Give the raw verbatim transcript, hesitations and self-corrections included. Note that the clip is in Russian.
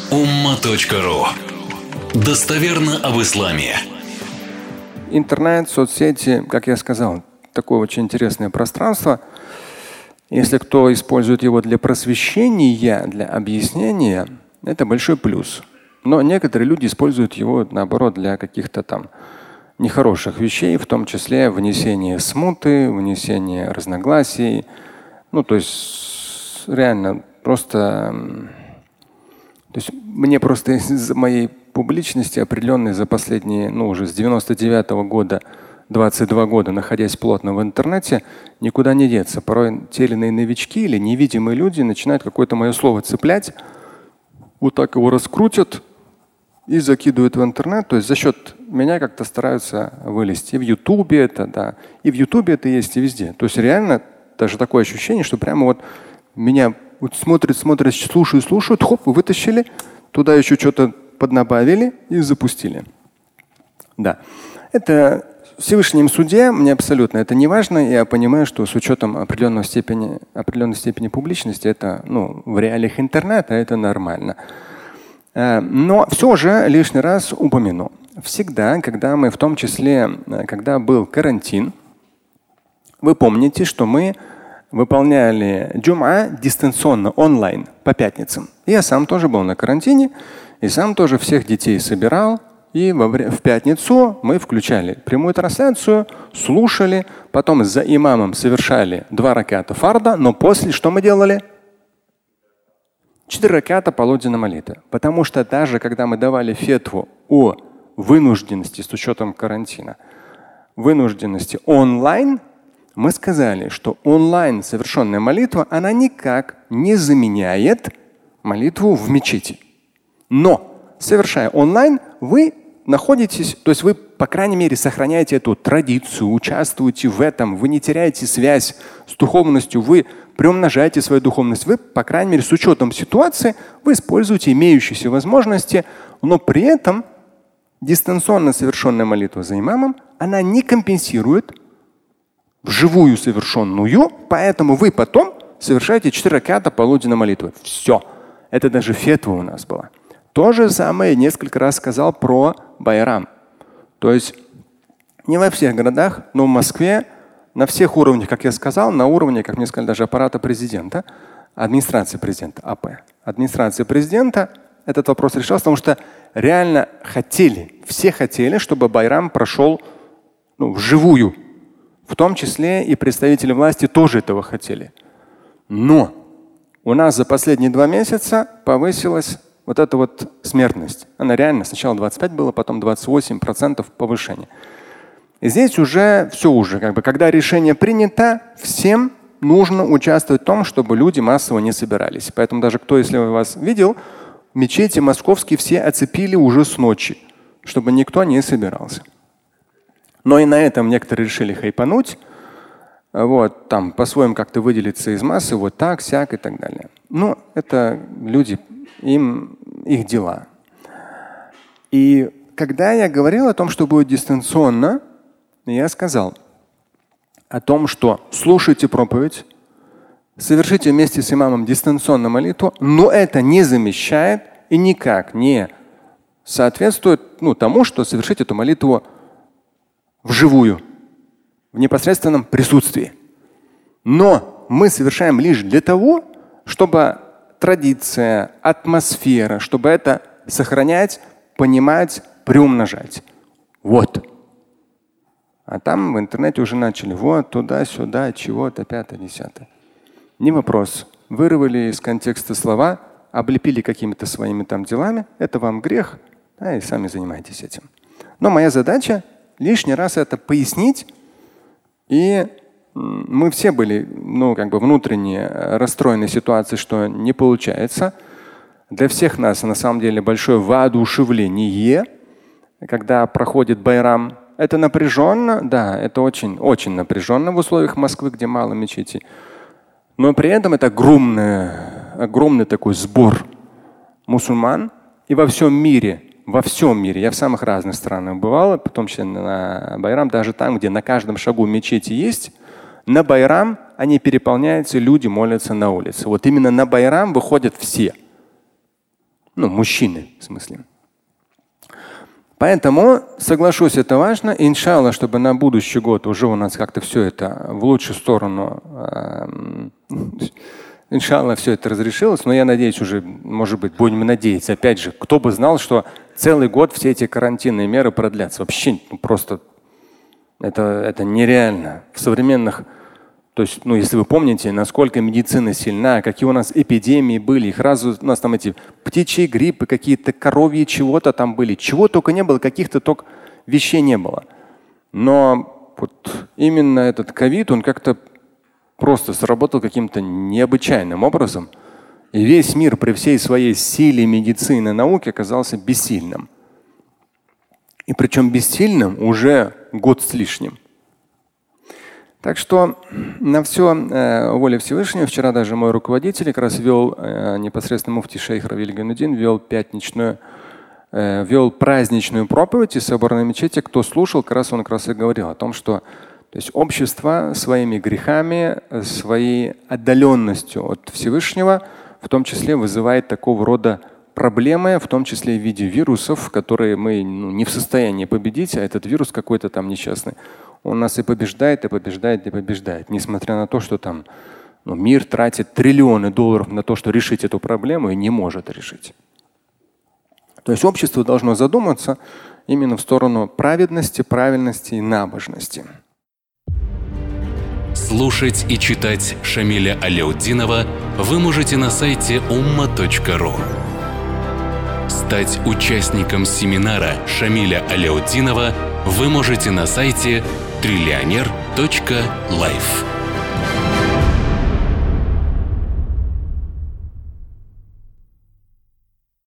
умма точка ру. Достоверно об исламе. Интернет, соцсети, как я сказал, такое очень интересное пространство. Если кто использует его для просвещения, для объяснения, это большой плюс. Но некоторые люди используют его, наоборот, для каких-то там нехороших вещей, в том числе внесение смуты, внесение разногласий. Ну, то есть реально просто… То есть мне просто из моей публичности определенной за последние, ну уже с девяносто девятого года, двадцать два года, находясь плотно в интернете, никуда не деться. Порой те или иные новички или невидимые люди начинают какое-то мое слово цеплять, вот так его раскрутят и закидывают в интернет. То есть за счет меня как-то стараются вылезти. И в Ютубе это, да. И в Ютубе это есть, и везде. То есть реально даже такое ощущение, что прямо вот меня вот смотрят, смотрят, слушают, слушают, хоп, вытащили, туда еще что-то поднабавили и запустили. Да. Это в Всевышнем суде мне абсолютно это не важно. Я понимаю, что с учетом определенной степени, определенной степени публичности это, ну, в реалиях интернета это нормально. Но все же лишний раз упомяну. Всегда, когда мы, в том числе, когда был карантин, вы помните, что мы выполняли джум'a дистанционно, онлайн, по пятницам. Я сам тоже был на карантине, и сам тоже всех детей собирал. И в пятницу мы включали прямую трансляцию, слушали, потом за имамом совершали два раката фарда, но после что мы делали? Четыре раката полуденной молитвы. Потому что даже когда мы давали фетву о вынужденности с учетом карантина, вынужденности онлайн, мы сказали, что онлайн совершенная молитва, она никак не заменяет молитву в мечети. Но, совершая онлайн, вы находитесь, то есть вы, по крайней мере, сохраняете эту традицию, участвуете в этом, вы не теряете связь с духовностью, вы приумножаете свою духовность. Вы, по крайней мере, с учетом ситуации, вы используете имеющиеся возможности, но при этом дистанционно совершенная молитва за имамом, она не компенсирует вживую совершенную, поэтому вы потом совершаете четыре раката полуденной молитвы. Все. Это даже фетва у нас была. То же самое я несколько раз сказал про байрам. То есть не во всех городах, но в Москве на всех уровнях, как я сказал, на уровне, как мне сказали, даже аппарата президента, администрации президента, АП. Администрация президента этот вопрос решался, потому что реально хотели, все хотели, чтобы байрам прошел, ну, вживую. В том числе и представители власти тоже этого хотели. Но у нас за последние два месяца повысилась вот эта вот смертность. Она реально сначала двадцать пять было, потом двадцать восемь процентов повышения. И здесь уже все уже, как бы, когда решение принято, всем нужно участвовать в том, чтобы люди массово не собирались. Поэтому даже кто, если вас видел, мечети московские все оцепили уже с ночи, чтобы никто не собирался. Но и на этом некоторые решили хайпануть, вот, там по-своему как-то выделиться из массы, вот так, сяк и так далее. Ну, это люди, им их дела. И когда я говорил о том, что будет дистанционно, я сказал о том, что слушайте проповедь, совершите вместе с имамом дистанционную молитву, но это не замещает и никак не соответствует, ну, тому, что совершить эту молитву вживую, в непосредственном присутствии. Но мы совершаем лишь для того, чтобы традиция, атмосфера, чтобы это сохранять, понимать, приумножать. Вот. А там в интернете уже начали вот туда-сюда, чего-то, пятое, десятое. Не вопрос. Вырвали из контекста слова, облепили какими-то своими там делами. Это вам грех, да, и сами занимайтесь этим. Но моя задача лишний раз это пояснить. И мы все были, ну, как бы внутренне расстроены ситуацией, что не получается. Для всех нас на самом деле большое воодушевление, когда проходит байрам. Это напряженно, да, это очень, очень напряженно в условиях Москвы, где мало мечетей. Но при этом это огромный, огромный такой сбор мусульман. И во всем мире, во всем мире, я в самых разных странах бывал, в том числе на байрам, даже там, где на каждом шагу мечети есть, на байрам они переполняются, люди молятся на улице. Вот именно на байрам выходят все. Ну, мужчины, в смысле. Поэтому, соглашусь, это важно. Иншаллах, чтобы на будущий год уже у нас как-то все это в лучшую сторону, э, иншаллах, все это разрешилось. Но я надеюсь, уже, может быть, будем надеяться. Опять же, кто бы знал, что целый год все эти карантинные меры продлятся. Вообще ну, просто это, это нереально. В современных, то есть, ну, если вы помните, насколько медицина сильна, какие у нас эпидемии были, их разу у нас там эти птичьи гриппы, какие-то коровьи чего-то там были, чего только не было, каких-то только вещей не было. Но вот именно этот ковид, он как-то просто сработал каким-то необычайным образом. И весь мир при всей своей силе медицины и науки оказался бессильным. И причем бессильным уже год с лишним. Так что на все э, воля Всевышнего. Вчера даже мой руководитель как раз вел, э, непосредственно муфти шейх Равиль Гайнуддин, вел пятничную, э, вел праздничную проповедь из соборной мечети. Кто слушал, как раз он как раз и говорил о том, что то есть общество своими грехами, своей отдаленностью от Всевышнего, в том числе вызывает такого рода проблемы, в том числе в виде вирусов, которые мы ну, не в состоянии победить, а этот вирус какой-то там несчастный. Он нас и побеждает, и побеждает, и побеждает. Несмотря на то, что там ну, мир тратит триллионы долларов на то, что решить эту проблему, и не может решить. То есть общество должно задуматься именно в сторону праведности, правильности и набожности. Слушать и читать Шамиля Аляутдинова вы можете на сайте умма точка ру. Стать участником семинара Шамиля Аляутдинова вы можете на сайте триллионер точка лайф.